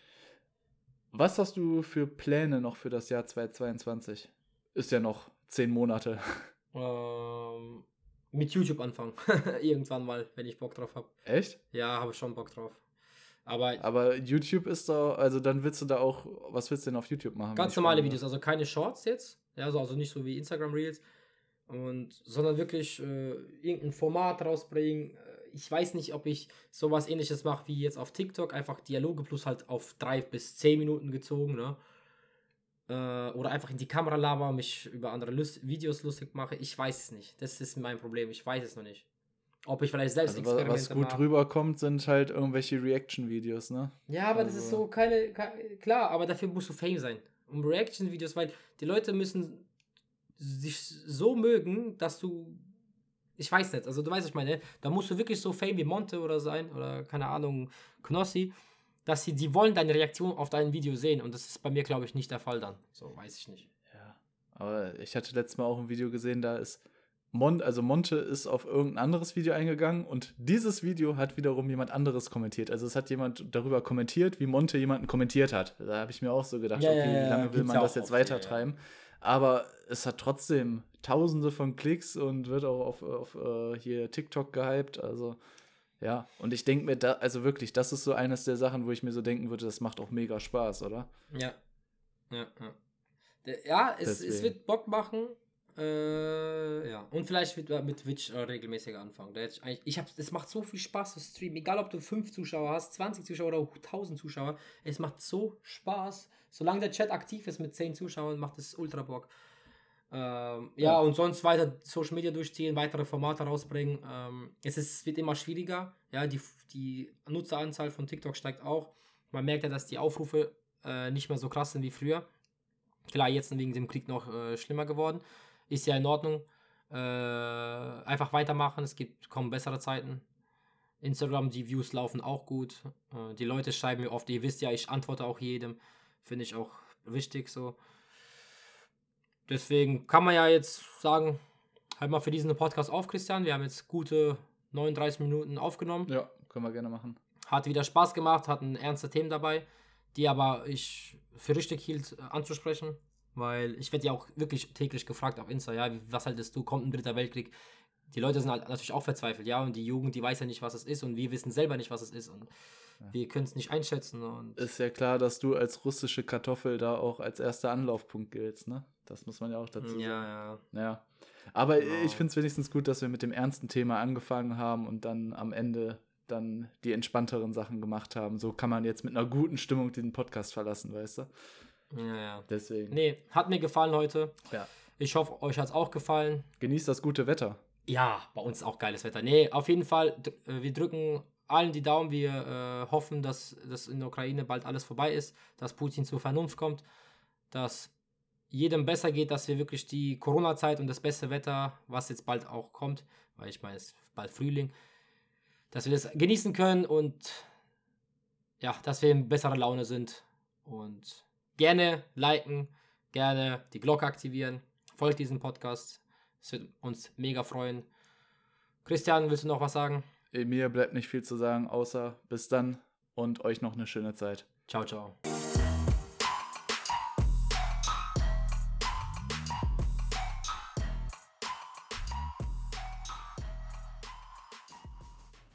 Was hast du für Pläne noch für das Jahr zweitausendzweiundzwanzig? Ist ja noch zehn Monate. Ähm, mit YouTube anfangen. Irgendwann mal, wenn ich Bock drauf habe. Echt? Ja, habe schon Bock drauf. Aber, Aber YouTube ist da, also dann willst du da auch, was willst du denn auf YouTube machen? Ganz normale Videos, also keine Shorts jetzt. Ja, also, also nicht so wie Instagram Reels. Und, sondern wirklich äh, irgendein Format rausbringen. Ich weiß nicht, ob ich sowas Ähnliches mache wie jetzt auf TikTok, einfach Dialoge plus halt auf drei bis zehn Minuten gezogen, ne? Äh, oder einfach in die Kamera laber, mich über andere Lust- Videos lustig mache. Ich weiß es nicht. Das ist mein Problem. Ich weiß es noch nicht. Ob ich vielleicht selbst also, Experimente was gut mache. rüberkommt, sind halt irgendwelche Reaction-Videos, ne? Ja, aber also. das ist so keine, keine... Klar, aber dafür musst du Fame sein. Um Reaction-Videos, weil die Leute müssen sich so mögen, dass du... Ich weiß nicht, also du weißt, was ich meine, da musst du wirklich so Fame wie Monte oder sein, oder keine Ahnung, Knossi, dass sie, die wollen deine Reaktion auf dein Video sehen und das ist bei mir, glaube ich, nicht der Fall dann. So, weiß ich nicht. Ja, aber ich hatte letztes Mal auch ein Video gesehen, da ist Mon, also Monte ist auf irgendein anderes Video eingegangen und dieses Video hat wiederum jemand anderes kommentiert. Also es hat jemand darüber kommentiert, wie Monte jemanden kommentiert hat. Da habe ich mir auch so gedacht, ja, okay, ja, wie lange will man das jetzt oft, weitertreiben? Ja, ja. Aber es hat trotzdem Tausende von Klicks und wird auch auf, auf uh, hier TikTok gehypt. Also ja, und ich denke mir, da, also wirklich, das ist so eines der Sachen, wo ich mir so denken würde, das macht auch mega Spaß, oder? Ja. Ja, ja. Ja, es, es wird Bock machen. Äh, ja. Und vielleicht wird mit Twitch äh, regelmäßiger anfangen. Da ich ich hab, es macht so viel Spaß zu streamen. Egal, ob du fünf Zuschauer hast, zwanzig Zuschauer oder tausend Zuschauer. Es macht so Spaß. Solange der Chat aktiv ist mit zehn Zuschauern, macht es ultra Bock. Ähm, ja, ja, und sonst weiter Social Media durchziehen, weitere Formate rausbringen. Ähm, es ist, wird immer schwieriger. Ja, die, die Nutzeranzahl von TikTok steigt auch. Man merkt ja, dass die Aufrufe äh, nicht mehr so krass sind wie früher. Klar, jetzt wegen dem Krieg noch äh, schlimmer geworden. Ist ja in Ordnung. Äh, einfach weitermachen. Es gibt kaum bessere Zeiten. Instagram, die Views laufen auch gut. Äh, die Leute schreiben mir oft, ihr wisst ja, ich antworte auch jedem. Finde ich auch wichtig so. Deswegen kann man ja jetzt sagen, halt mal für diesen Podcast auf, Christian. Wir haben jetzt gute neununddreißig Minuten aufgenommen. Ja, können wir gerne machen. Hat wieder Spaß gemacht, hatten ernste Themen dabei, die aber ich für richtig hielt anzusprechen. Weil ich werde ja auch wirklich täglich gefragt auf Insta, ja, was haltest du, kommt ein dritter Weltkrieg? Die Leute sind halt natürlich auch verzweifelt, ja, und die Jugend, die weiß ja nicht, was es ist und wir wissen selber nicht, was es ist. Und wir können es nicht einschätzen. Und ist ja klar, dass du als russische Kartoffel da auch als erster Anlaufpunkt giltst, ne? Das muss man ja auch dazu sagen. Ja, ja. Ja. Aber Genau. ich finde es wenigstens gut, dass wir mit dem ernsten Thema angefangen haben und dann am Ende dann die entspannteren Sachen gemacht haben. So kann man jetzt mit einer guten Stimmung diesen Podcast verlassen, weißt du? Ja, ja. Deswegen. Nee, hat mir gefallen heute. Ja. Ich hoffe, euch hat es auch gefallen. Genießt das gute Wetter. Ja, bei uns ist auch geiles Wetter. Nee, auf jeden Fall, d- äh, wir drücken allen die Daumen. Wir äh, hoffen, dass, dass in der Ukraine bald alles vorbei ist, dass Putin zur Vernunft kommt, dass jedem besser geht, dass wir wirklich die Corona-Zeit und das beste Wetter, was jetzt bald auch kommt, weil ich meine, es ist bald Frühling, dass wir das genießen können und ja, dass wir in besserer Laune sind. Und gerne liken, gerne die Glocke aktivieren, folgt diesem Podcast. Es wird uns mega freuen. Christian, willst du noch was sagen? Mir bleibt nicht viel zu sagen, außer bis dann und euch noch eine schöne Zeit. Ciao, ciao.